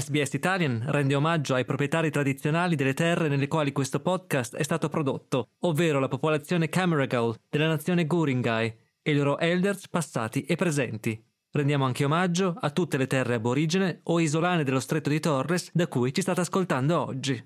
SBS Italian rende omaggio ai proprietari tradizionali delle terre nelle quali questo podcast è stato prodotto, ovvero la popolazione Camaragal della nazione Guringai e i loro elders passati e presenti. Rendiamo anche omaggio a tutte le terre aborigene o isolane dello Stretto di Torres da cui ci state ascoltando oggi.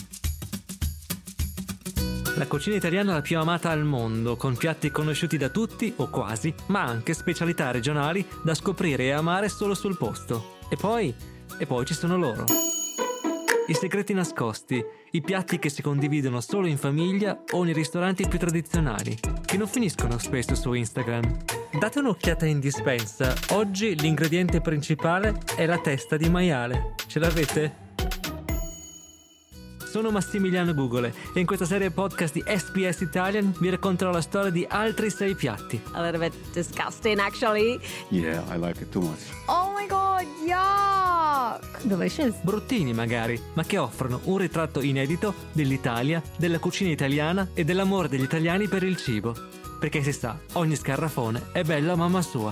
La cucina italiana è la più amata al mondo, con piatti conosciuti da tutti, o quasi, ma anche specialità regionali da scoprire e amare solo sul posto. E poi ci sono loro. I segreti nascosti, i piatti che si condividono solo in famiglia o nei ristoranti più tradizionali, che non finiscono spesso su Instagram. Date un'occhiata in dispensa. Oggi l'ingrediente principale è la testa di maiale. Ce l'avete? Sono Massimiliano Gugole e in questa serie podcast di SBS Italian vi racconterò la storia di altri 6 piatti. A little bit disgusting, actually. Yeah, I like it too much. Oh my god, yuck! Delicious. Bruttini magari, ma che offrono un ritratto inedito dell'Italia, della cucina italiana e dell'amore degli italiani per il cibo. Perché si sa, ogni scarrafone è bello a mamma sua.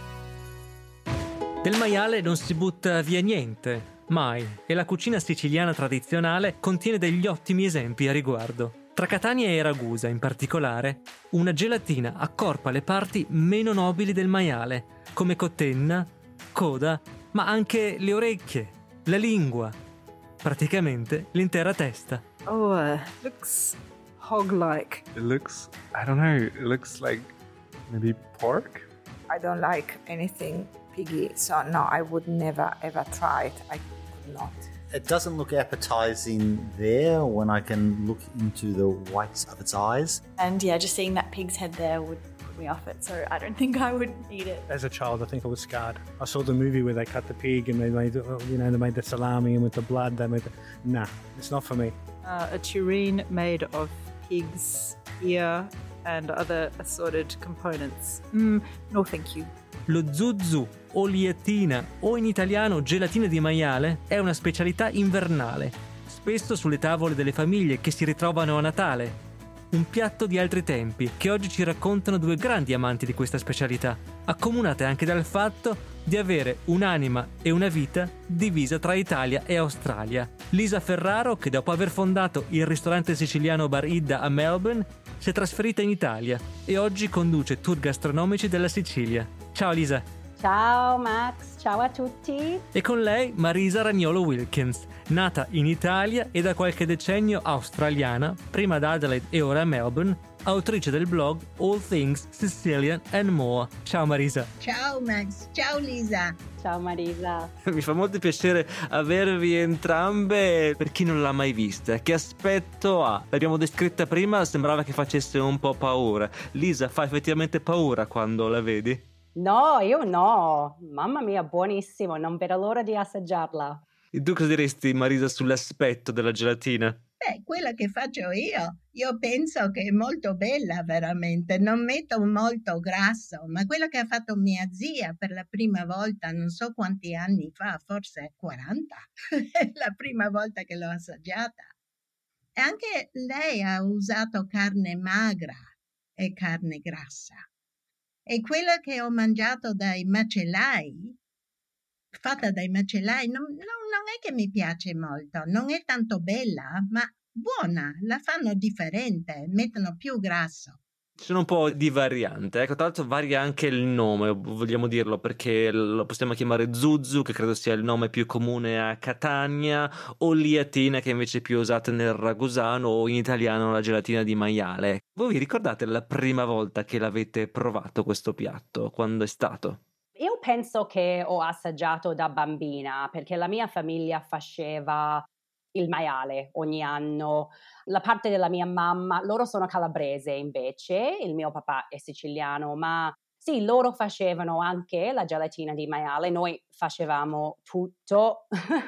Del maiale non si butta via niente. Mai, e la cucina siciliana tradizionale contiene degli ottimi esempi a riguardo. Tra Catania e Ragusa, in particolare, una gelatina accorpa le parti meno nobili del maiale, come cotenna, coda, ma anche le orecchie, la lingua, praticamente l'intera testa. Oh, looks hog-like. It looks, I don't know, it looks like maybe pork? I don't like anything piggy, so no, I would never ever try it. I could not. It doesn't look appetizing there when I can look into the whites of its eyes. And yeah, just seeing that pig's head there would put me off it, so I don't think I would eat it. As a child, I think I was scarred. I saw the movie where they cut the pig and they made, they made the salami and with the blood they made Nah, it's not for me. A tureen made of pig's ear and other assorted components. No, thank you. Lo zuzu o lietina o in italiano gelatina di maiale è una specialità invernale, spesso sulle tavole delle famiglie che si ritrovano a Natale. Un piatto di altri tempi che oggi ci raccontano 2 grandi amanti di questa specialità, accomunate anche dal fatto di avere un'anima e una vita divisa tra Italia e Australia. Lisa Ferraro, che dopo aver fondato il ristorante siciliano Bar Idda a Melbourne, si è trasferita in Italia e oggi conduce tour gastronomici della Sicilia. Ciao Lisa! Ciao Max, ciao a tutti! E con lei Marisa Ragnolo Wilkins, nata in Italia e da qualche decennio australiana, prima ad Adelaide e ora a Melbourne, autrice del blog All Things Sicilian and More. Ciao Marisa! Ciao Max, ciao Lisa! Ciao Marisa! Mi fa molto piacere avervi entrambe. Per chi non l'ha mai vista, che aspetto ha? L'abbiamo descritta prima, sembrava che facesse un po' paura. Lisa, fa effettivamente paura quando la vedi? No, io no. Mamma mia, buonissimo, non vedo l'ora di assaggiarla. E tu cosa diresti, Marisa, sull'aspetto della gelatina? Beh, quella che faccio io penso che è molto bella veramente, non metto molto grasso, ma quella che ha fatto mia zia per la prima volta, non so quanti anni fa, forse 40, è la prima volta che l'ho assaggiata. E anche lei ha usato carne magra e carne grassa. E quella che ho mangiato dai macellai, fatta dai macellai, non è che mi piace molto, non è tanto bella, ma buona, la fanno differente, mettono più grasso. Ci sono un po' di variante, ecco, tra l'altro varia anche il nome, vogliamo dirlo, perché lo possiamo chiamare zuzu, che credo sia il nome più comune a Catania, o lietina, che invece è più usata nel ragusano, o in italiano la gelatina di maiale. Voi vi ricordate la prima volta che l'avete provato questo piatto? Quando è stato? Io penso che ho assaggiato da bambina, perché la mia famiglia faceva il maiale ogni anno. La parte della mia mamma, loro sono calabrese invece, il mio papà è siciliano, ma sì, loro facevano anche la gelatina di maiale, noi facevamo tutto.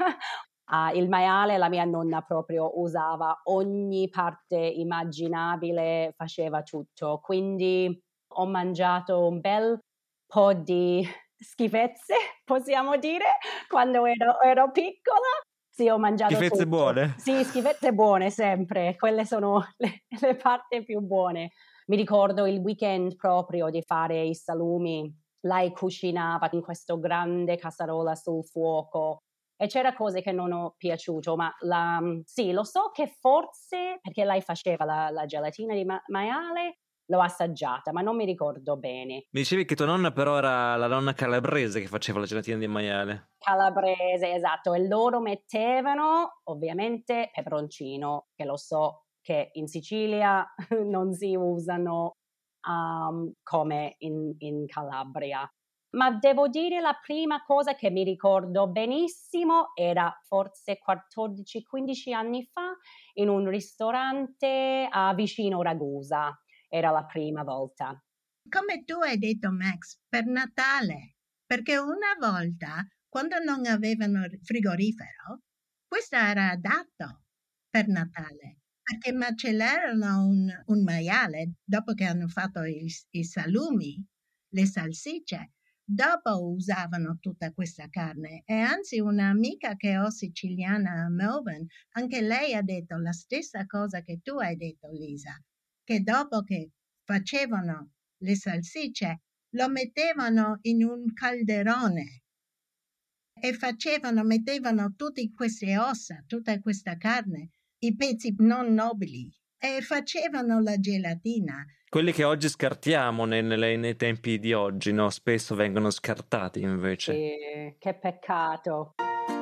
Il maiale la mia nonna proprio usava ogni parte immaginabile, faceva tutto, quindi ho mangiato un bel po' di schifezze, possiamo dire, quando ero piccola. Sì, ho mangiato schifezze tutto. Buone? Sì, schifezze buone sempre, quelle sono le parti più buone. Mi ricordo il weekend proprio di fare i salumi, lei cucinava in questo grande cassarola sul fuoco e c'era cose che non ho piaciuto, ma sì, lo so che forse perché lei faceva la gelatina di maiale, l'ho assaggiata, ma non mi ricordo bene. Mi dicevi che tua nonna però era la nonna calabrese che faceva la gelatina di maiale. Calabrese, esatto, e loro mettevano ovviamente peperoncino, che lo so che in Sicilia non si usano come in Calabria. Ma devo dire la prima cosa che mi ricordo benissimo era forse 14-15 anni fa in un ristorante vicino Ragusa. Era la prima volta. Come tu hai detto, Max, per Natale, perché una volta, quando non avevano il frigorifero, questo era adatto per Natale, perché macellarono un maiale dopo che hanno fatto i salumi, le salsicce. Dopo usavano tutta questa carne e anzi un'amica che ho siciliana a Melbourne, anche lei ha detto la stessa cosa che tu hai detto, Lisa, che dopo che facevano le salsicce lo mettevano in un calderone e mettevano tutte queste ossa, tutta questa carne, i pezzi non nobili e facevano la gelatina. Quelli che oggi scartiamo nei tempi di oggi, no? Spesso vengono scartati invece. Sì, che peccato.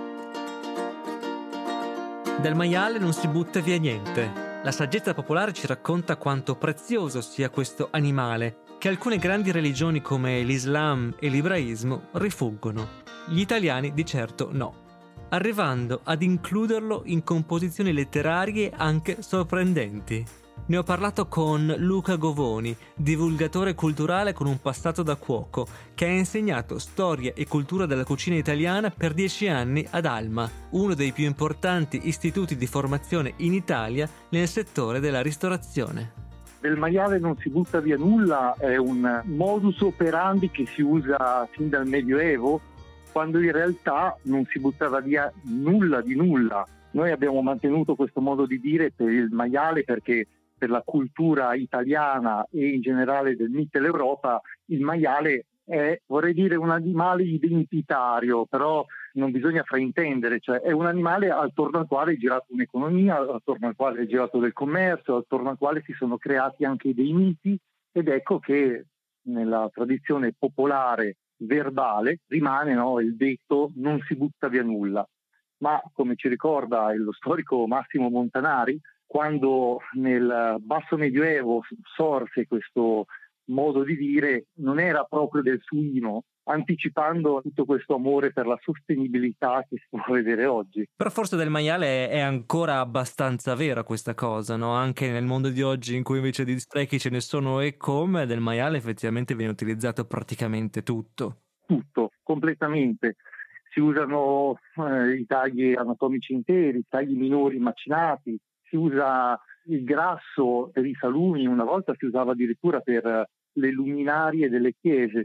Del maiale non si butta via niente. La saggezza popolare ci racconta quanto prezioso sia questo animale, che alcune grandi religioni come l'Islam e l'Ibraismo rifuggono. Gli italiani di certo no, arrivando ad includerlo in composizioni letterarie anche sorprendenti. Ne ho parlato con Luca Govoni, divulgatore culturale con un passato da cuoco, che ha insegnato storia e cultura della cucina italiana per 10 anni ad Alma, uno dei più importanti istituti di formazione in Italia nel settore della ristorazione. Del maiale non si butta via nulla è un modus operandi che si usa fin dal Medioevo, quando in realtà non si buttava via nulla di nulla. Noi abbiamo mantenuto questo modo di dire per il maiale perché per la cultura italiana e in generale del Mitteleuropa il maiale è, vorrei dire, un animale identitario, però non bisogna fraintendere, cioè è un animale attorno al quale è girata un'economia, attorno al quale è girato del commercio, attorno al quale si sono creati anche dei miti, ed ecco che nella tradizione popolare verbale rimane, no, il detto non si butta via nulla. Ma come ci ricorda lo storico Massimo Montanari, quando nel basso medioevo sorse questo modo di dire, non era proprio del suino, anticipando tutto questo amore per la sostenibilità che si può vedere oggi. Però forse del maiale è ancora abbastanza vera questa cosa, no? Anche nel mondo di oggi in cui invece di sprechi ce ne sono e come, del maiale effettivamente viene utilizzato praticamente tutto. Tutto, completamente. Si usano i tagli anatomici interi, i tagli minori macinati, si usa il grasso per i salumi, una volta si usava addirittura per le luminarie delle chiese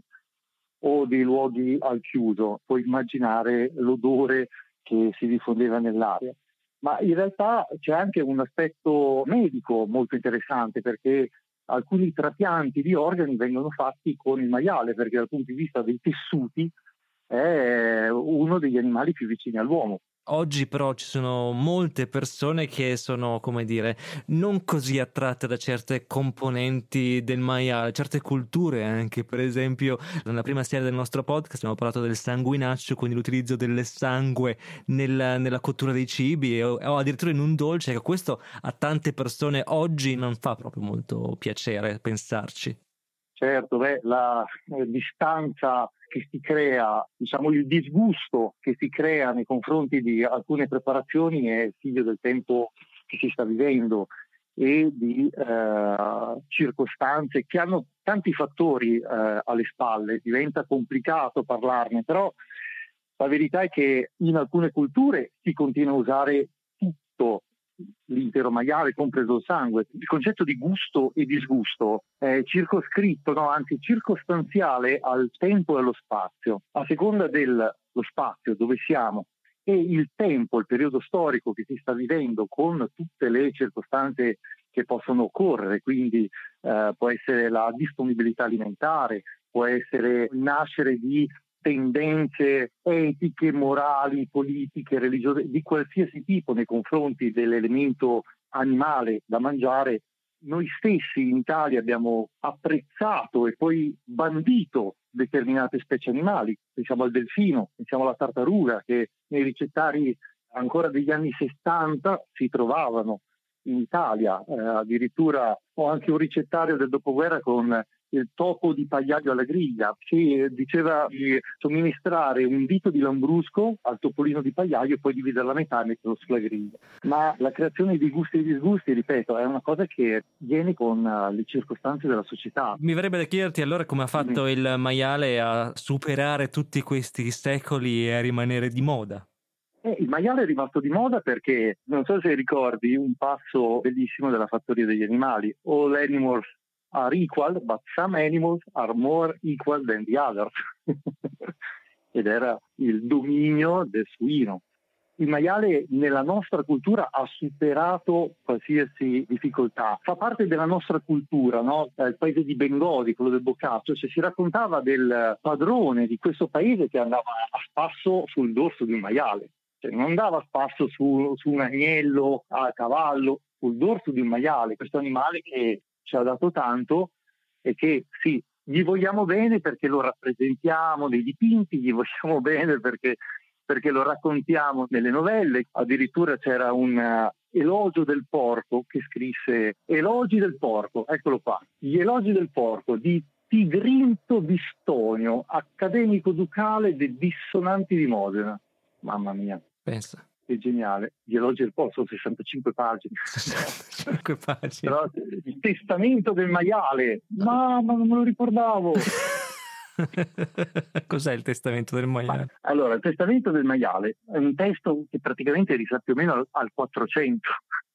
o dei luoghi al chiuso. Puoi immaginare l'odore che si diffondeva nell'aria. Ma in realtà c'è anche un aspetto medico molto interessante, perché alcuni trapianti di organi vengono fatti con il maiale, perché dal punto di vista dei tessuti è uno degli animali più vicini all'uomo. Oggi però ci sono molte persone che sono, come dire, non così attratte da certe componenti del maiale, certe culture anche. Per esempio, nella prima serie del nostro podcast abbiamo parlato del sanguinaccio, quindi l'utilizzo del sangue nella cottura dei cibi o addirittura in un dolce. Ecco, questo a tante persone oggi non fa proprio molto piacere pensarci. Certo, la distanza che si crea, diciamo il disgusto che si crea nei confronti di alcune preparazioni è figlio del tempo che si sta vivendo e di circostanze che hanno tanti fattori alle spalle. Diventa complicato parlarne, però la verità è che in alcune culture si continua a usare tutto, l'intero maiale, compreso il sangue. Il concetto di gusto e disgusto è circoscritto, no, anzi circostanziale al tempo e allo spazio. A seconda dello spazio dove siamo e il tempo, il periodo storico che si sta vivendo con tutte le circostanze che possono occorrere, quindi può essere la disponibilità alimentare, può essere il nascere di tendenze etiche, morali, politiche, religiose, di qualsiasi tipo nei confronti dell'elemento animale da mangiare, noi stessi in Italia abbiamo apprezzato e poi bandito determinate specie animali. Pensiamo al delfino, pensiamo alla tartaruga, che nei ricettari ancora degli anni 60 si trovavano in Italia. Addirittura ho anche un ricettario del dopoguerra con il topo di pagliaio alla griglia, che diceva di somministrare un dito di lambrusco al topolino di pagliaio e poi dividerla a metà e metterlo sulla griglia. Ma la creazione di gusti e disgusti, ripeto, è una cosa che viene con le circostanze della società. Mi verrebbe da chiederti allora come ha fatto il maiale a superare tutti questi secoli e a rimanere di moda. Il maiale è rimasto di moda perché, non so se ricordi, un passo bellissimo della Fattoria degli animali: all animals are equal, but some animals are more equal than the others. Ed era il dominio del suino. Il maiale nella nostra cultura ha superato qualsiasi difficoltà. Fa parte della nostra cultura, no? Il paese di Bengodi, quello del Boccaccio, cioè si raccontava del padrone di questo paese che andava a spasso sul dorso di un maiale. Non andava a spasso su un agnello, a cavallo, sul dorso di un maiale, questo animale che ci ha dato tanto e che sì, gli vogliamo bene perché lo rappresentiamo nei dipinti, gli vogliamo bene perché lo raccontiamo nelle novelle. Addirittura c'era un elogio del porco che scrisse Elogi del porco, eccolo qua, gli elogi del porco di Tigrinto Bistonio, accademico ducale dei Dissonanti di Modena. Mamma mia. Pensa. Che geniale. Gli elogi del porco sono 65 pagine. 65 pagine. Però il testamento del maiale. Mamma, non me lo ricordavo. Cos'è il testamento del maiale? Allora, il testamento del maiale è un testo che praticamente risale più o meno al 400.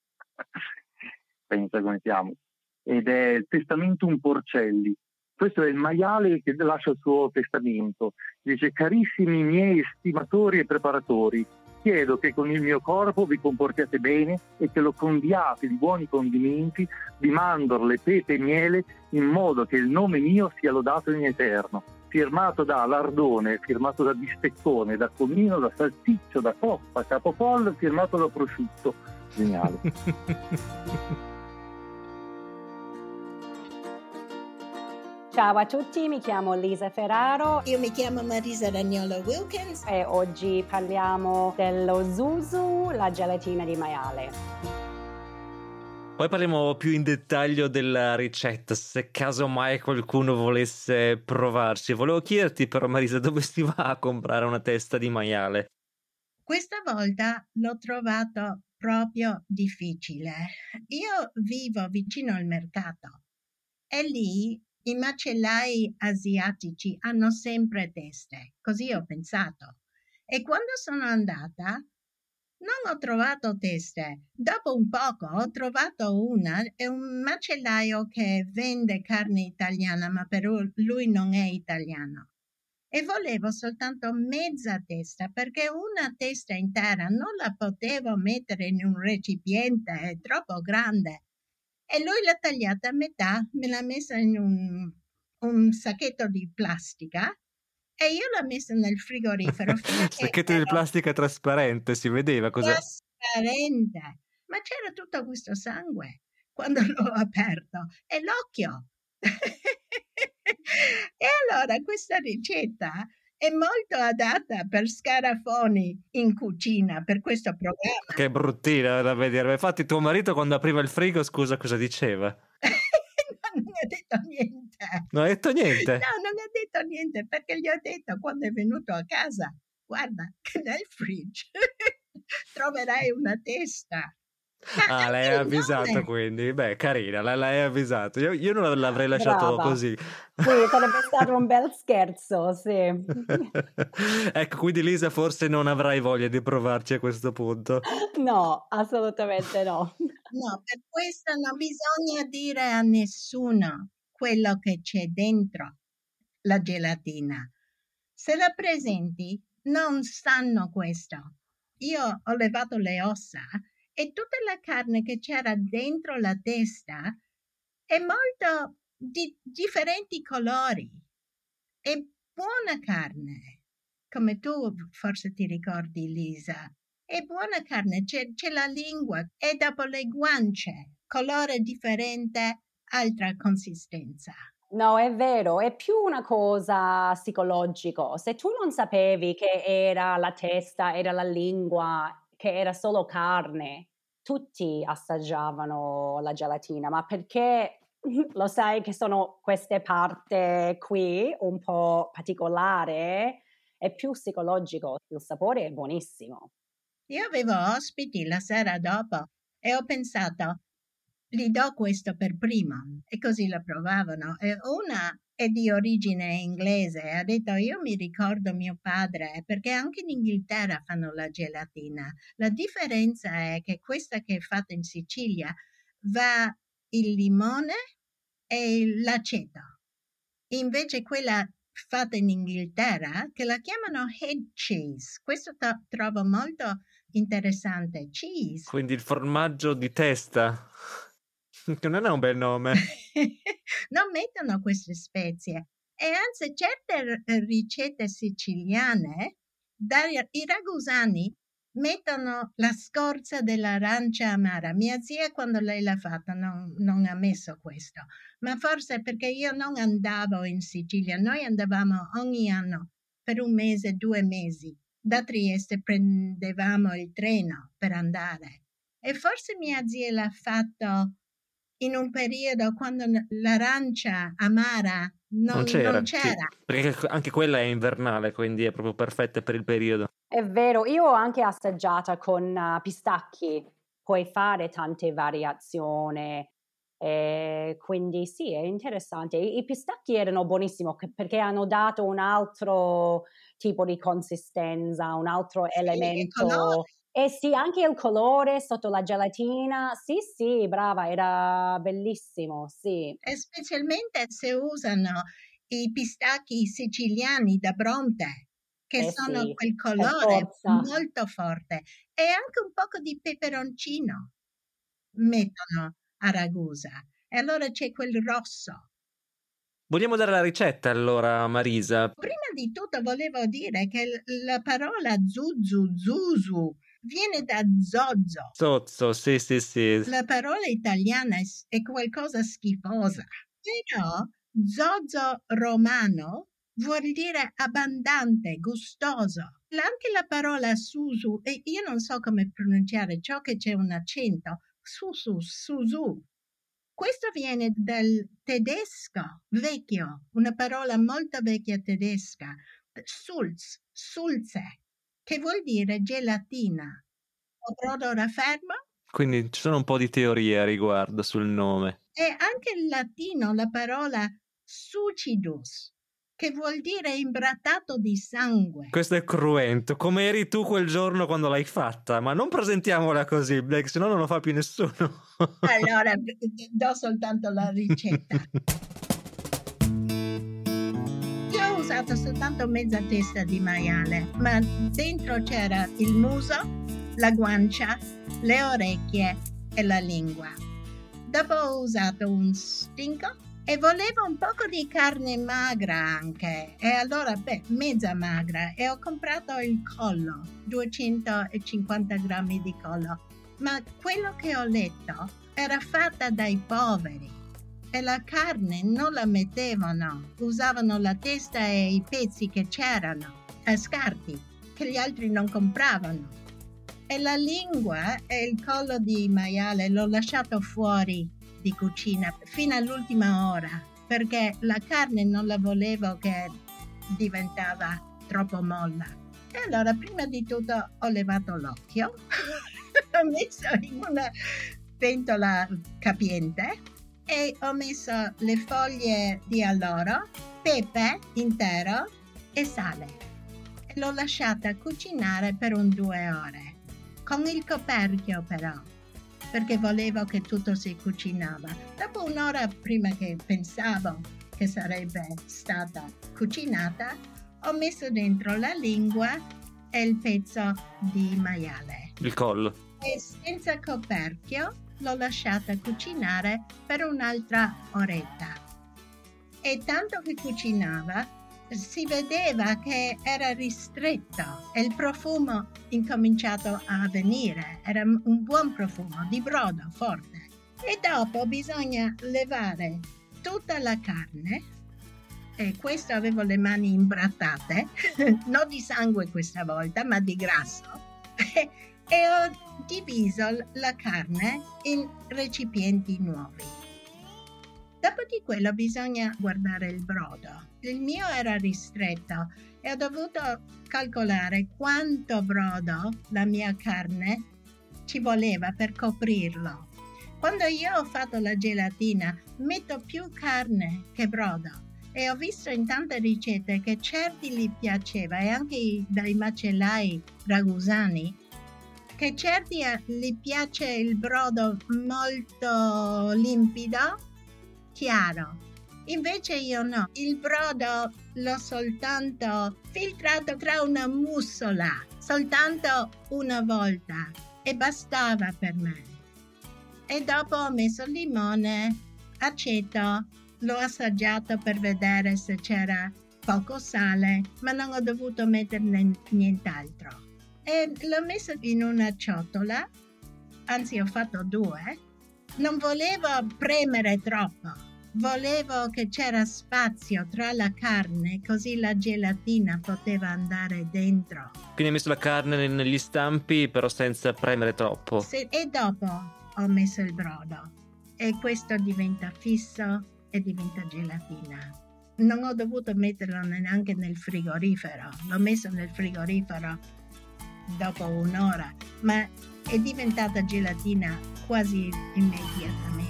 Pensa come siamo. Ed è il Testamentum Porcelli. Questo è il maiale che lascia il suo testamento. Dice: carissimi miei estimatori e preparatori, chiedo che con il mio corpo vi comportiate bene e che lo condiate di buoni condimenti, di mandorle, pepe e miele, in modo che il nome mio sia lodato in eterno. Firmato da lardone, firmato da bisteccone, da comino, da salsiccio, da coppa, capopollo, firmato da prosciutto. Geniale. Ciao a tutti, mi chiamo Lisa Ferraro. Io mi chiamo Marisa Ragnolo Wilkins. E oggi parliamo dello zuzu, la gelatina di maiale. Poi parliamo più in dettaglio della ricetta, se casomai qualcuno volesse provarci. Volevo chiederti però, Marisa, dove si va a comprare una testa di maiale? Questa volta l'ho trovato proprio difficile. Io vivo vicino al mercato e lì i macellai asiatici hanno sempre teste, così ho pensato. E quando sono andata non ho trovato teste. Dopo un poco ho trovato una, è un macellaio che vende carne italiana, ma però lui non è italiano. E volevo soltanto mezza testa, perché una testa intera non la potevo mettere in un recipiente, è troppo grande. E lui l'ha tagliata a metà, me l'ha messa in un sacchetto di plastica e io l'ho messa nel frigorifero. Sacchetto di plastica trasparente, si vedeva cosa? Trasparente, ma c'era tutto questo sangue quando l'ho aperto e l'occhio. E allora questa ricetta è molto adatta per scarafoni in cucina, per questo programma. Che bruttina da vedere. Infatti tuo marito quando apriva il frigo, scusa, cosa diceva? Non mi ha detto niente. Non ha detto niente? No, non mi ha detto niente, perché gli ho detto quando è venuto a casa: guarda che nel fridge troverai una testa. Ah, l'hai avvisato quindi? Beh, carina, l'hai avvisato. Io non l'avrei lasciato Brava. così. Sì, sarebbe stato un bel scherzo, sì. Ecco, quindi Lisa forse non avrai voglia di provarci a questo punto. No, assolutamente no. No, per questo non bisogna dire a nessuno quello che c'è dentro la gelatina. Se la presenti, non sanno questo. Io ho levato le ossa e tutta la carne che c'era dentro la testa è molto di differenti colori. È buona carne. come tu forse ti ricordi, Lisa, è buona carne, c'è la lingua e dopo le guance, colore differente, altra consistenza. No, è vero, è più una cosa psicologica. Se tu non sapevi che era la testa, era la lingua, che era solo carne, tutti assaggiavano la gelatina, ma perché lo sai che sono queste parti qui un po' particolari, è più psicologico, il sapore è buonissimo. Io avevo ospiti la sera dopo e ho pensato, gli do questo per primo, e così la provavano. E una è di origine inglese, ha detto, io mi ricordo mio padre, perché anche in Inghilterra fanno la gelatina. La differenza è che questa che è fatta in Sicilia va il limone e l'aceto. Invece quella fatta in Inghilterra, che la chiamano head cheese, questo trovo molto interessante. Cheese. Quindi il formaggio di testa, che non è un bel nome. Non mettono queste spezie e anzi certe ricette siciliane, i ragusani mettono la scorza dell'arancia amara. Mia zia quando lei l'ha fatta non ha messo questo, ma forse perché io non andavo in Sicilia, noi andavamo ogni anno per 1 mese, 2 mesi. Da Trieste prendevamo il treno per andare e forse mia zia l'ha fatto in un periodo quando l'arancia amara non c'era. Sì, perché anche quella è invernale, quindi è proprio perfetta per il periodo. È vero, io ho anche assaggiata con pistacchi, puoi fare tante variazioni, quindi sì, è interessante. I pistacchi erano buonissimi perché hanno dato un altro tipo di consistenza, un altro elemento. E sì, anche il colore sotto la gelatina, sì, brava, era bellissimo, sì. E specialmente se usano i pistacchi siciliani da Bronte, che sono sì, quel colore molto forte, e anche un poco di peperoncino mettono a Ragusa. E allora c'è quel rosso. Vogliamo dare la ricetta allora, Marisa? Prima di tutto volevo dire che la parola zuzu viene da zozzo. Zozzo, sì. La parola italiana è qualcosa schifosa, però zozzo romano vuol dire abbondante, gustoso. Anche la parola susu, e io non so come pronunciare ciò che c'è un accento, susu. Questo viene dal tedesco vecchio, una parola molto vecchia tedesca, sulze, che vuol dire gelatina. Ho prodotto ora fermo. Quindi ci sono un po' di teorie a riguardo sul nome. E anche in latino la parola sucidus, che vuol dire imbrattato di sangue. Questo è cruento, come eri tu quel giorno quando l'hai fatta, ma non presentiamola così, Black, se no non lo fa più nessuno. Allora, do soltanto la ricetta. Io ho usato soltanto mezza testa di maiale, ma dentro c'era il muso, la guancia, le orecchie e la lingua. Dopo ho usato un stinco e volevo un poco di carne magra anche, e allora mezza magra, e ho comprato il collo, 250 grammi di collo, ma quello che ho letto era fatta dai poveri e la carne non la mettevano, usavano la testa e i pezzi che c'erano, a scarti, che gli altri non compravano. E la lingua e il collo di maiale l'ho lasciato fuori di cucina fino all'ultima ora, perché la carne non la volevo che diventava troppo molla. E allora prima di tutto ho levato l'occhio, ho messo in una pentola capiente e ho messo le foglie di alloro, pepe intero e sale. E l'ho lasciata cucinare per 2 ore, con il coperchio però, perché volevo che tutto si cucinava. Dopo 1 ora prima che pensavo che sarebbe stata cucinata, ho messo dentro la lingua e il pezzo di maiale. Il collo. E senza coperchio l'ho lasciata cucinare per un'altra oretta. E tanto che cucinava, si vedeva che era ristretto e il profumo incominciato a venire. Era un buon profumo di brodo forte. E dopo bisogna levare tutta la carne, e questo avevo le mani imbrattate, non di sangue questa volta, ma di grasso, e ho diviso la carne in recipienti nuovi. Dopo di quello bisogna guardare il brodo. Il mio era ristretto e ho dovuto calcolare quanto brodo la mia carne ci voleva per coprirlo. Quando io ho fatto la gelatina metto più carne che brodo e ho visto in tante ricette che certi gli piaceva, e anche dai macellai ragusani, che certi gli piace il brodo molto limpido, chiaro. Invece io no, il brodo l'ho soltanto filtrato tra una mussola, soltanto una volta, e bastava per me. E dopo ho messo limone, aceto, l'ho assaggiato per vedere se c'era poco sale, ma non ho dovuto metterne nient'altro. E l'ho messo in una ciotola, anzi ho fatto 2. Non volevo premere troppo. Volevo che c'era spazio tra la carne, così la gelatina poteva andare dentro. Quindi hai messo la carne negli stampi, però senza premere troppo. E dopo ho messo il brodo. E questo diventa fisso e diventa gelatina. Non ho dovuto metterlo neanche nel frigorifero. L'ho messo nel frigorifero dopo un'ora, ma è diventata gelatina quasi immediatamente.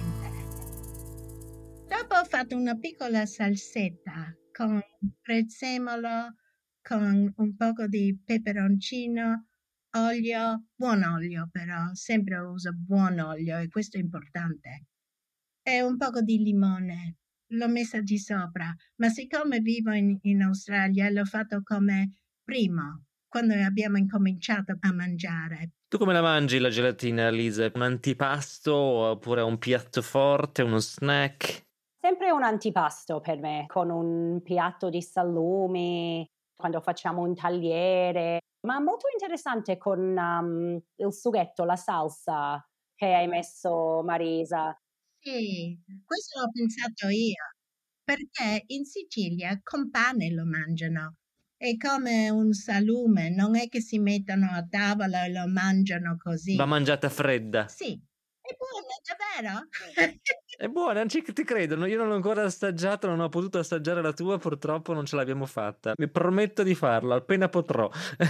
Dopo ho fatto una piccola salsetta con prezzemolo, con un poco di peperoncino, olio, buon olio però, sempre uso buon olio e questo è importante. E un poco di limone, l'ho messa di sopra, ma siccome vivo in Australia l'ho fatto come primo, quando abbiamo incominciato a mangiare. Tu come la mangi la gelatina, Lisa? Un antipasto oppure un piatto forte, uno snack? Sempre un antipasto per me, con un piatto di salumi, quando facciamo un tagliere. Ma molto interessante con il sughetto, la salsa che hai messo, Marisa. Sì, questo l'ho pensato io, perché in Sicilia con pane lo mangiano. È come un salume, non è che si mettono a tavola e lo mangiano così. Va mangiata fredda. Sì, è buona, davvero? È buona, ti credo. Io non l'ho ancora assaggiato, non ho potuto assaggiare la tua, purtroppo non ce l'abbiamo fatta. Mi prometto di farlo appena potrò.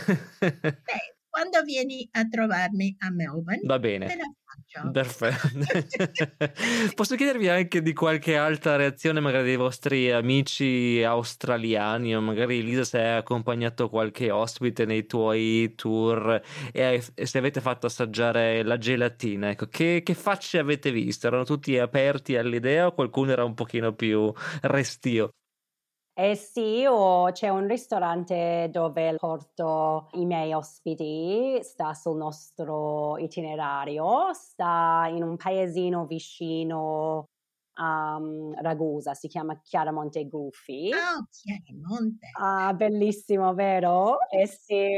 Beh, quando vieni a trovarmi a Melbourne, Va bene. te la faccio. Perfetto. Posso chiedervi anche di qualche altra reazione, magari dei vostri amici australiani, o magari Elisa se hai accompagnato qualche ospite nei tuoi tour e se avete fatto assaggiare la gelatina, ecco, che facce avete visto? Erano tutti aperti all'idea o qualcuno era un pochino più restio? Eh sì, c'è un ristorante dove porto i miei ospiti, sta sul nostro itinerario, sta in un paesino vicino a Ragusa, si chiama Chiaramonte Gufi. Oh, Chiaramonte. Ah, bellissimo, vero? Eh sì.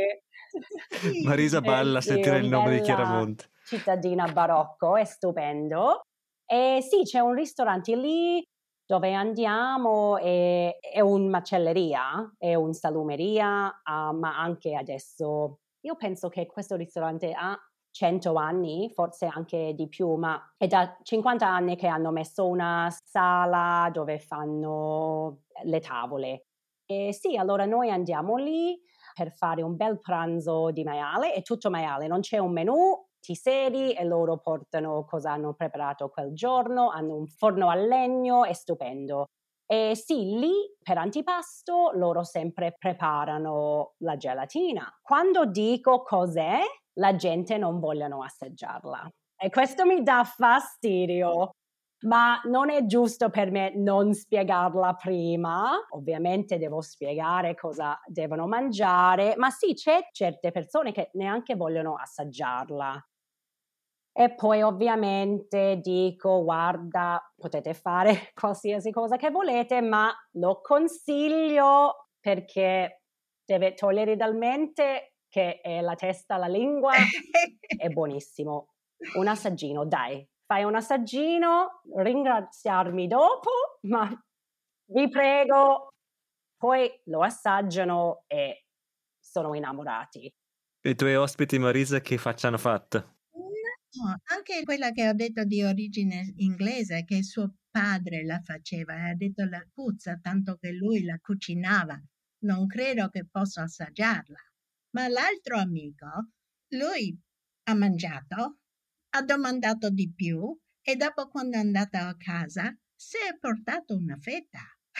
Marisa balla a sentire il nome di Chiaramonte. Cittadina barocco, è stupendo. E sì, c'è un ristorante lì dove andiamo, è un macelleria, è un salumeria, ma anche adesso io penso che questo ristorante ha 100 anni, forse anche di più, ma è da 50 anni che hanno messo una sala dove fanno le tavole. E sì, allora noi andiamo lì per fare un bel pranzo di maiale, è tutto maiale, non c'è un menù, ti siedi e loro portano cosa hanno preparato quel giorno, hanno un forno a legno, è stupendo. E sì, lì per antipasto loro sempre preparano la gelatina. Quando dico cos'è, la gente non vogliono assaggiarla. E questo mi dà fastidio. Ma non è giusto per me non spiegarla prima. Ovviamente devo spiegare cosa devono mangiare, ma sì, c'è certe persone che neanche vogliono assaggiarla. E poi ovviamente dico, guarda, potete fare qualsiasi cosa che volete, ma lo consiglio perché deve togliere dal mente che è la testa, la lingua, è buonissimo. Un assaggino, dai, fai un assaggino, ringraziarmi dopo, ma vi prego, poi lo assaggiano e sono innamorati. E i tuoi ospiti, Marisa, che faccia hanno fatto? No, anche quella che ho detto di origine inglese, che suo padre la faceva, e ha detto la puzza, tanto che lui la cucinava. Non credo che possa assaggiarla. Ma l'altro amico, lui ha mangiato, ha domandato di più e dopo, quando è andato a casa, si è portato una fetta.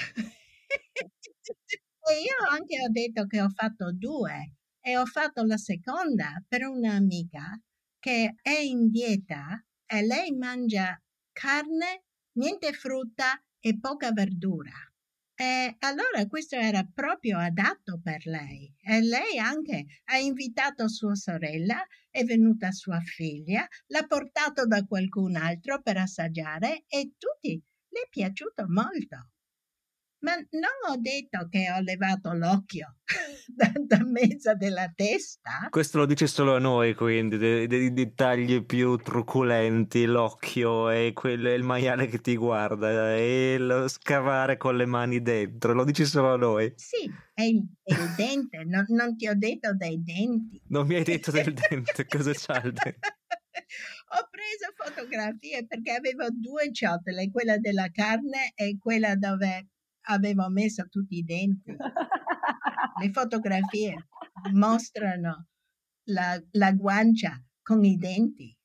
E io anche ho detto che ho fatto 2 e ho fatto la seconda per un'amica che è in dieta e lei mangia carne, niente frutta e poca verdura. E allora questo era proprio adatto per lei. E lei anche ha invitato sua sorella, è venuta sua figlia, l'ha portato da qualcun altro per assaggiare e tutti le è piaciuto molto. Ma non ho detto che ho levato l'occhio da mezzo della testa. Questo lo dici solo a noi, quindi, dei dettagli più truculenti, l'occhio e il maiale che ti guarda e lo scavare con le mani dentro, lo dici solo a noi. Sì, è il dente, non ti ho detto dei denti. Non mi hai detto del dente, cosa c'ha il dente? Ho preso fotografie perché avevo 2 ciotole, quella della carne e quella dove avevo messo tutti i denti. Le fotografie mostrano la guancia con i denti.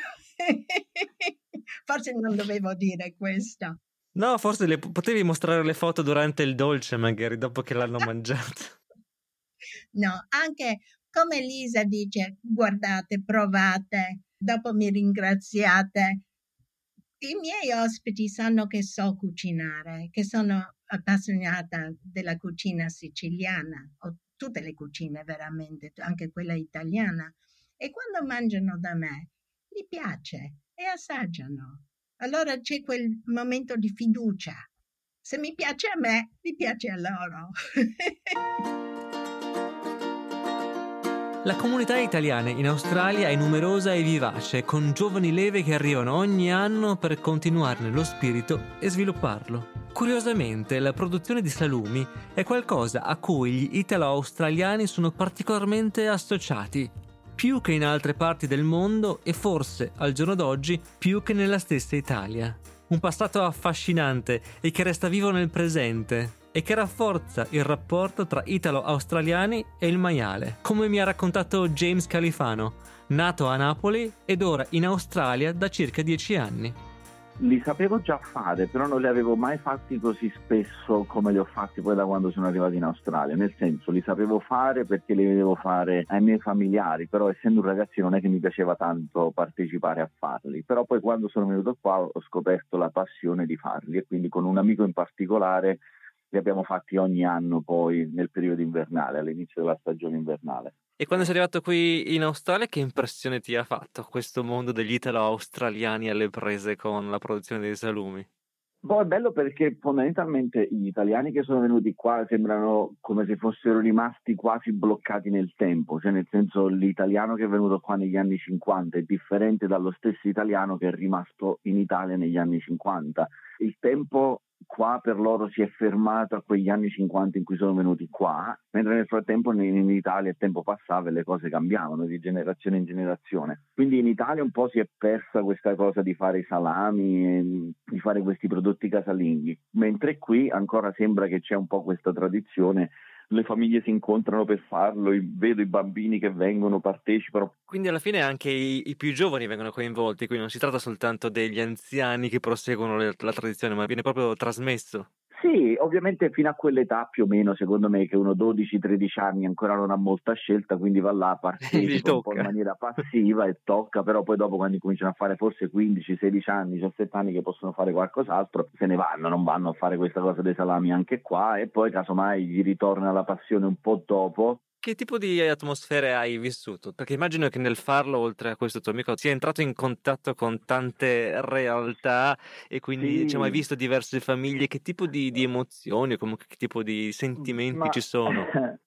Forse non dovevo dire questo. No, forse potevi mostrare le foto durante il dolce, magari, dopo che l'hanno mangiato. No, anche come Lisa dice, guardate, provate, dopo mi ringraziate. I miei ospiti sanno che so cucinare, che sono appassionata della cucina siciliana, o tutte le cucine veramente, anche quella italiana. E quando mangiano da me, gli piace e assaggiano. Allora c'è quel momento di fiducia. Se mi piace a me, mi piace a loro. La comunità italiana in Australia è numerosa e vivace, con giovani leve che arrivano ogni anno per continuarne lo spirito e svilupparlo. Curiosamente, la produzione di salumi è qualcosa a cui gli italo-australiani sono particolarmente associati, più che in altre parti del mondo e forse, al giorno d'oggi, più che nella stessa Italia. Un passato affascinante e che resta vivo nel presente e che rafforza il rapporto tra italo-australiani e il maiale, come mi ha raccontato James Califano, nato a Napoli ed ora in Australia da circa 10 anni. Li sapevo già fare, però non li avevo mai fatti così spesso come li ho fatti poi da quando sono arrivato in Australia. Nel senso, li sapevo fare perché li vedevo fare ai miei familiari, però essendo un ragazzino non è che mi piaceva tanto partecipare a farli. Però poi quando sono venuto qua ho scoperto la passione di farli e quindi con un amico in particolare li abbiamo fatti ogni anno poi nel periodo invernale, all'inizio della stagione invernale. E quando sei arrivato qui in Australia, che impressione ti ha fatto questo mondo degli italo-australiani alle prese con la produzione dei salumi? È bello perché fondamentalmente gli italiani che sono venuti qua sembrano come se fossero rimasti quasi bloccati nel tempo, cioè nel senso l'italiano che è venuto qua negli anni 50 è differente dallo stesso italiano che è rimasto in Italia negli anni 50. Il tempo qua per loro si è fermato a quegli anni 50 in cui sono venuti qua, mentre nel frattempo in Italia il tempo passava e le cose cambiavano di generazione in generazione. Quindi in Italia un po' si è persa questa cosa di fare i salami e di fare questi prodotti casalinghi, mentre qui ancora sembra che c'è un po' questa tradizione. Le famiglie si incontrano per farlo, vedo i bambini che vengono, partecipano. Quindi alla fine anche i più giovani vengono coinvolti, quindi non si tratta soltanto degli anziani che proseguono la tradizione, ma viene proprio trasmesso. Sì, ovviamente fino a quell'età più o meno, secondo me, che uno 12-13 anni ancora non ha molta scelta, quindi va là, partecipa un po' in maniera passiva e tocca, però poi dopo quando cominciano a fare forse 15-16 anni, 17 anni che possono fare qualcos'altro, se ne vanno, non vanno a fare questa cosa dei salami anche qua e poi casomai gli ritorna la passione un po' dopo Che tipo di atmosfere hai vissuto? Perché immagino che nel farlo, oltre a questo tuo amico, sia entrato in contatto con tante realtà e quindi diciamo, hai Sì, visto diverse famiglie. Che tipo di emozioni o comunque che tipo di sentimenti ma ci sono?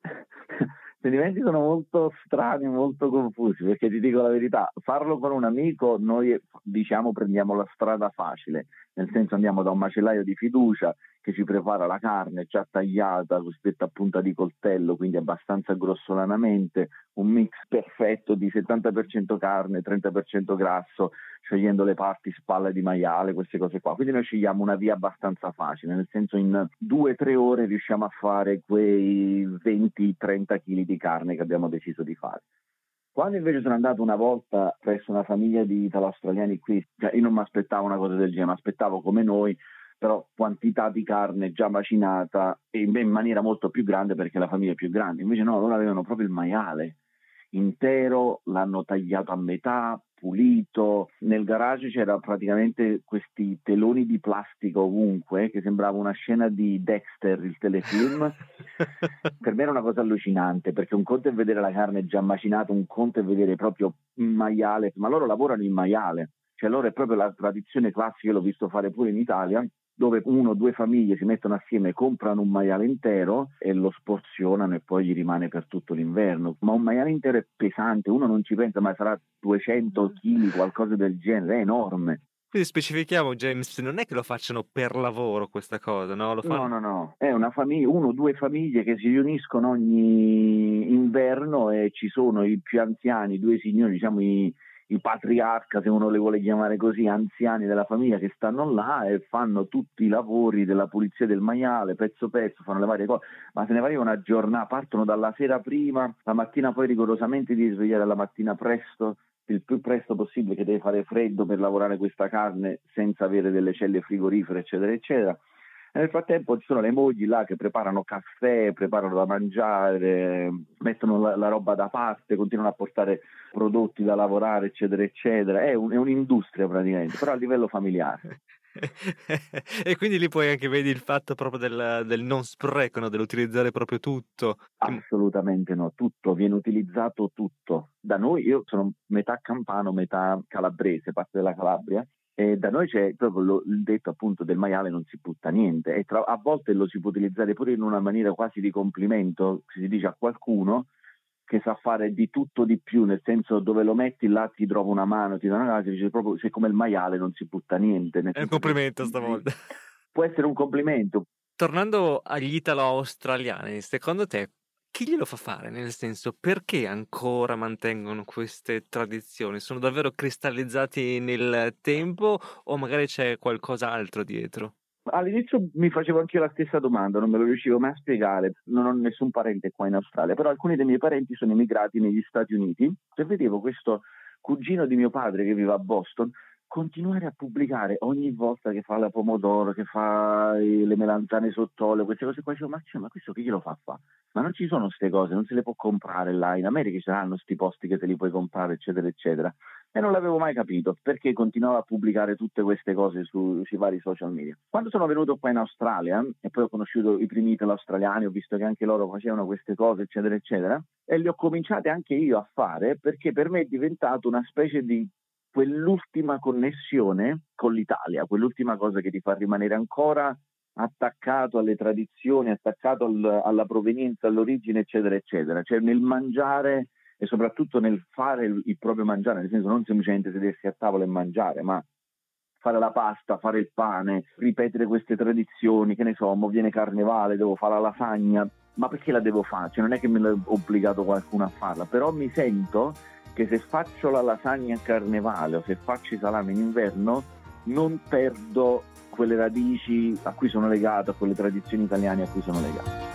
sentimenti sono molto strani, molto confusi, perché ti dico la verità, farlo con un amico noi diciamo prendiamo la strada facile, nel senso andiamo da un macellaio di fiducia che ci prepara la carne già tagliata, cosiddetta a punta di coltello, quindi abbastanza grossolanamente, un mix perfetto di 70% carne, 30% grasso, scegliendo le parti spalla di maiale, queste cose qua. Quindi noi scegliamo una via abbastanza facile, nel senso in 2-3 ore riusciamo a fare quei 20-30 kg di carne che abbiamo deciso di fare. Quando invece sono andato una volta presso una famiglia di italo-australiani qui, cioè io non mi aspettavo una cosa del genere, mi aspettavo come noi, però quantità di carne già macinata e in maniera molto più grande perché la famiglia è più grande. Invece no, loro avevano proprio il maiale intero, l'hanno tagliato a metà, pulito. Nel garage c'era praticamente questi teloni di plastica ovunque, che sembrava una scena di Dexter, il telefilm. Per me era una cosa allucinante, perché un conto è vedere la carne già macinata, un conto è vedere proprio il maiale, ma loro lavorano in maiale, cioè loro è proprio la tradizione classica, l'ho visto fare pure in Italia, dove 1 o 2 famiglie si mettono assieme, comprano un maiale intero e lo sporzionano e poi gli rimane per tutto l'inverno. Ma un maiale intero è pesante, uno non ci pensa, ma sarà 200 kg, qualcosa del genere, è enorme. Quindi specifichiamo, James, non è che lo facciano per lavoro questa cosa, no? Lo fanno... No, è una famiglia, 1 o 2 famiglie che si riuniscono ogni inverno e ci sono i più anziani, 2 signori, diciamo i patriarca, se uno le vuole chiamare così, anziani della famiglia che stanno là e fanno tutti i lavori della pulizia del maiale, pezzo, fanno le varie cose, ma se ne va una giornata, partono dalla sera prima, la mattina poi rigorosamente devi svegliare la mattina presto, il più presto possibile, che deve fare freddo per lavorare questa carne senza avere delle celle frigorifere, eccetera, eccetera. E nel frattempo ci sono le mogli là che preparano caffè, preparano da mangiare, mettono la roba da parte, continuano a portare prodotti da lavorare, eccetera, eccetera. È un'industria praticamente, però a livello familiare. E quindi lì poi anche vedi il fatto proprio del non spreco, no? Dell'utilizzare proprio tutto. Assolutamente no, tutto, viene utilizzato tutto. Da noi, io sono metà campano, metà calabrese, parte della Calabria, e da noi c'è proprio il detto appunto del maiale non si butta niente, e a volte lo si può utilizzare pure in una maniera quasi di complimento, si dice a qualcuno che sa fare di tutto di più, nel senso dove lo metti là ti trova una mano, ti dà una cosa, dice proprio se come il maiale non si butta niente. È un complimento stavolta. Può essere un complimento. Tornando agli italo-australiani, secondo te chi glielo fa fare? Nel senso, perché ancora mantengono queste tradizioni? Sono davvero cristallizzati nel tempo o magari c'è qualcos'altro dietro? All'inizio mi facevo anche io la stessa domanda, non me lo riuscivo mai a spiegare, non ho nessun parente qua in Australia, però alcuni dei miei parenti sono emigrati negli Stati Uniti e vedevo questo cugino di mio padre che vive a Boston continuare a pubblicare ogni volta che fa la pomodoro, che fa le melanzane sott'olio, queste cose qua, dicevo, ma questo chi glielo fa fare? Ma non ci sono queste cose, non se le può comprare là, in America ci saranno sti posti che te li puoi comprare, eccetera, eccetera. E non l'avevo mai capito perché continuava a pubblicare tutte queste cose sui vari social media. Quando sono venuto qua in Australia e poi ho conosciuto i primi italo-australiani, ho visto che anche loro facevano queste cose, eccetera, eccetera, e le ho cominciate anche io a fare perché per me è diventato una specie di quell'ultima connessione con l'Italia, quell'ultima cosa che ti fa rimanere ancora attaccato alle tradizioni, attaccato alla provenienza, all'origine, eccetera, eccetera. Cioè nel mangiare e soprattutto nel fare il proprio mangiare, nel senso non semplicemente sedersi a tavola e mangiare, ma fare la pasta, fare il pane, ripetere queste tradizioni, che ne so, mo viene Carnevale, devo fare la lasagna, ma perché la devo fare? Cioè non è che me l'ha obbligato qualcuno a farla, però mi sento che se faccio la lasagna a Carnevale o se faccio i salami in inverno non perdo quelle radici a cui sono legato, a quelle tradizioni italiane a cui sono legato.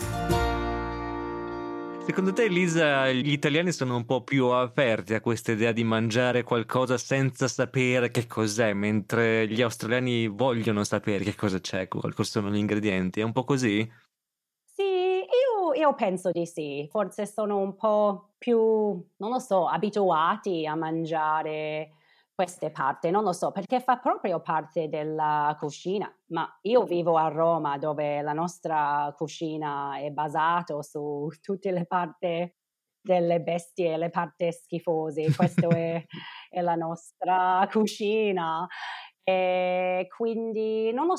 Secondo te, Elisa, gli italiani sono un po' più aperti a questa idea di mangiare qualcosa senza sapere che cos'è, mentre gli australiani vogliono sapere che cosa c'è, quali sono gli ingredienti? È un po' così? Sì, io penso di sì. Forse sono un po' più, non lo so, abituati a mangiare queste parti, non lo so, perché fa proprio parte della cucina. Ma io vivo a Roma, dove la nostra cucina è basata su tutte le parti delle bestie, le parti schifose. Questa è la nostra cucina. E quindi non lo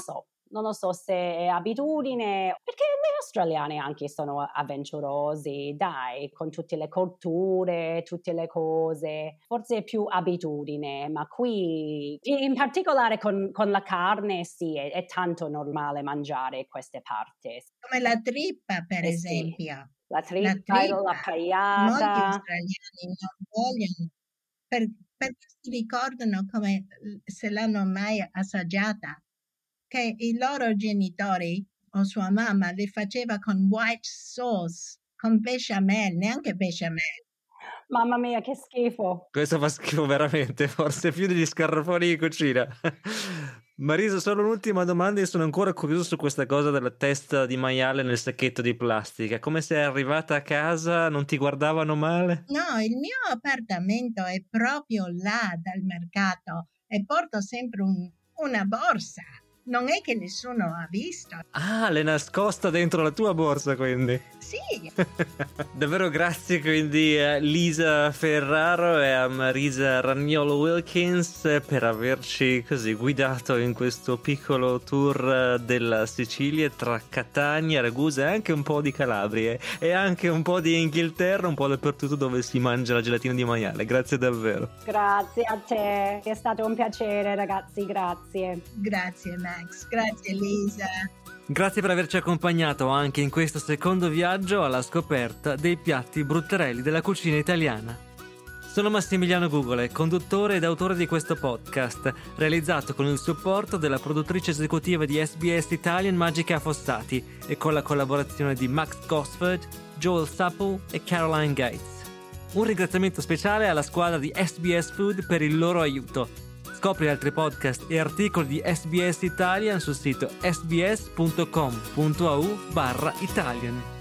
so se è abitudine, perché gli australiani anche sono avventurosi, dai, con tutte le culture, tutte le cose. Forse è più abitudine, ma qui, in particolare con la carne, sì, è tanto normale mangiare queste parti. Come la trippa, per Sì. esempio. La trippa, la Molti pagliata. australiani non vogliono, perché si ricordano come se l'hanno mai assaggiata, che i loro genitori o sua mamma le faceva con white sauce, con bechamel, neanche bechamel. Mamma mia, che schifo. Questo fa schifo veramente, forse più degli scarafoni di cucina. Marisa, solo un'ultima domanda, io sono ancora curioso su questa cosa della testa di maiale nel sacchetto di plastica. Come sei arrivata a casa? Non ti guardavano male? No, il mio appartamento è proprio là dal mercato e porto sempre una borsa. Non è che nessuno ha visto. Ah, l'hai nascosta dentro la tua borsa, quindi. Sì. Davvero grazie quindi a Lisa Ferraro e a Marisa Ragnolo Wilkins per averci così guidato in questo piccolo tour della Sicilia tra Catania, Ragusa e anche un po' di Calabria e anche un po' di Inghilterra, un po' dappertutto dove si mangia la gelatina di maiale. Grazie davvero. Grazie a te, è stato un piacere ragazzi, grazie. Grazie Max, grazie Lisa. Grazie per averci accompagnato anche in questo secondo viaggio alla scoperta dei piatti bruttarelli della cucina italiana. Sono Massimiliano Gugole, conduttore ed autore di questo podcast, realizzato con il supporto della produttrice esecutiva di SBS Italian Magica Fossati e con la collaborazione di Max Gosford, Joel Supple e Caroline Gates. Un ringraziamento speciale alla squadra di SBS Food per il loro aiuto. Scopri altri podcast e articoli di SBS Italian sul sito sbs.com.au/Italian.